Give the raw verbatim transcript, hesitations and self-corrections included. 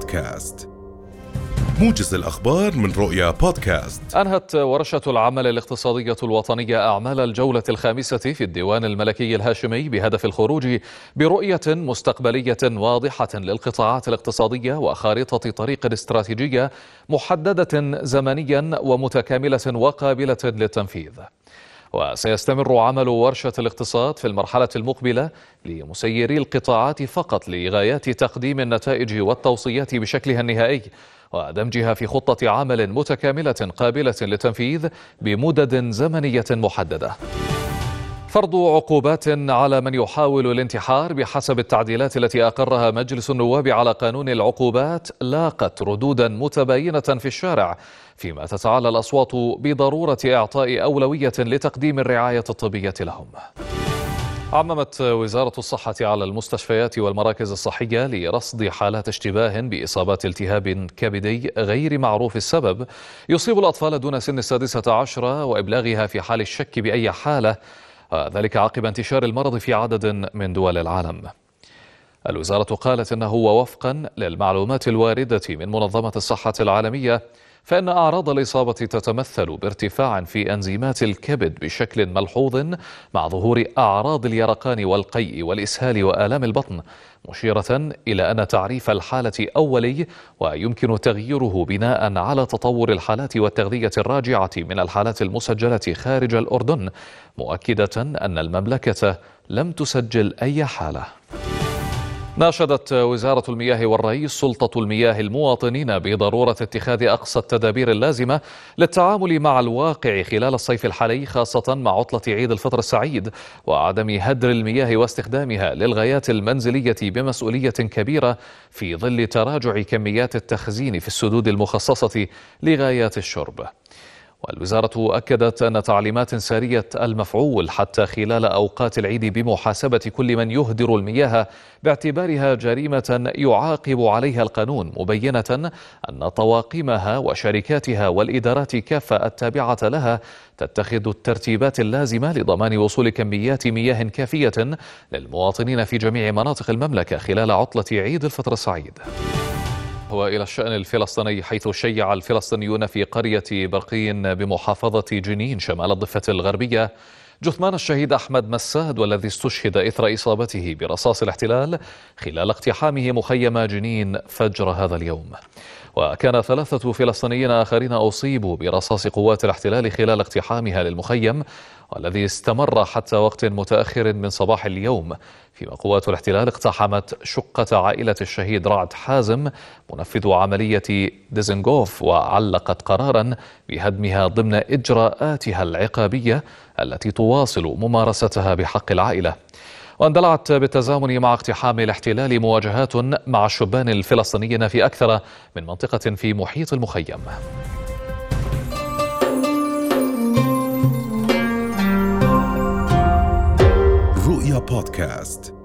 بودكاست، موجز الأخبار من رؤيا بودكاست. أنهت ورشة العمل الاقتصادية الوطنية أعمال الجولة الخامسة في الديوان الملكي الهاشمي بهدف الخروج برؤية مستقبلية واضحة للقطاعات الاقتصادية وخارطة طريق استراتيجية محددة زمنيا ومتكاملة وقابلة للتنفيذ. وسيستمر عمل ورشة الاقتصاد في المرحلة المقبلة لمسيري القطاعات فقط لغايات تقديم النتائج والتوصيات بشكلها النهائي ودمجها في خطة عمل متكاملة قابلة للتنفيذ بمدد زمنية محددة. فرض عقوبات على من يحاول الانتحار بحسب التعديلات التي أقرها مجلس النواب على قانون العقوبات لاقت ردودا متباينة في الشارع، فيما تتعالى الأصوات بضرورة إعطاء أولوية لتقديم الرعاية الطبية لهم. عممت وزارة الصحة على المستشفيات والمراكز الصحية لرصد حالات اشتباه بإصابات التهاب كبدي غير معروف السبب يصيب الأطفال دون سن السادسة عشرة وإبلاغها في حال الشك بأي حالة، ذلك عقب انتشار المرض في عدد من دول العالم. الوزارة قالت إنه وفقا للمعلومات الواردة من منظمة الصحة العالمية فإن أعراض الإصابة تتمثل بارتفاع في أنزيمات الكبد بشكل ملحوظ مع ظهور أعراض اليرقان والقيء والإسهال وآلام البطن، مشيرة إلى أن تعريف الحالة أولي ويمكن تغييره بناء على تطور الحالات والتغذية الراجعة من الحالات المسجلة خارج الأردن، مؤكدة أن المملكة لم تسجل أي حالة. ناشدت وزارة المياه والري سلطة المياه المواطنين بضرورة اتخاذ أقصى التدابير اللازمة للتعامل مع الواقع خلال الصيف الحالي، خاصة مع عطلة عيد الفطر السعيد، وعدم هدر المياه واستخدامها للغايات المنزلية بمسؤولية كبيرة في ظل تراجع كميات التخزين في السدود المخصصة لغايات الشرب. والوزارة أكدت أن تعليمات سارية المفعول حتى خلال أوقات العيد بمحاسبة كل من يهدر المياه باعتبارها جريمة يعاقب عليها القانون، مبينة أن طواقمها وشركاتها والإدارات كافة التابعة لها تتخذ الترتيبات اللازمة لضمان وصول كميات مياه كافية للمواطنين في جميع مناطق المملكة خلال عطلة عيد الفطر السعيد. وإلى الشأن الفلسطيني، حيث شيع الفلسطينيون في قرية برقين بمحافظة جنين شمال الضفة الغربية جثمان الشهيد أحمد مساد، والذي استشهد إثر إصابته برصاص الاحتلال خلال اقتحامه مخيم جنين فجر هذا اليوم. وكان ثلاثة فلسطينيين آخرين أصيبوا برصاص قوات الاحتلال خلال اقتحامها للمخيم، والذي استمر حتى وقت متأخر من صباح اليوم، فيما قوات الاحتلال اقتحمت شقة عائلة الشهيد رعد حازم منفذ عملية ديزنغوف، وعلقت قرارا بهدمها ضمن إجراءاتها العقابية التي تواصل ممارستها بحق العائلة. واندلعت بالتزامن مع اقتحام الاحتلال مواجهات مع الشبان الفلسطينيين في أكثر من منطقة في محيط المخيم. رؤيا بودكاست.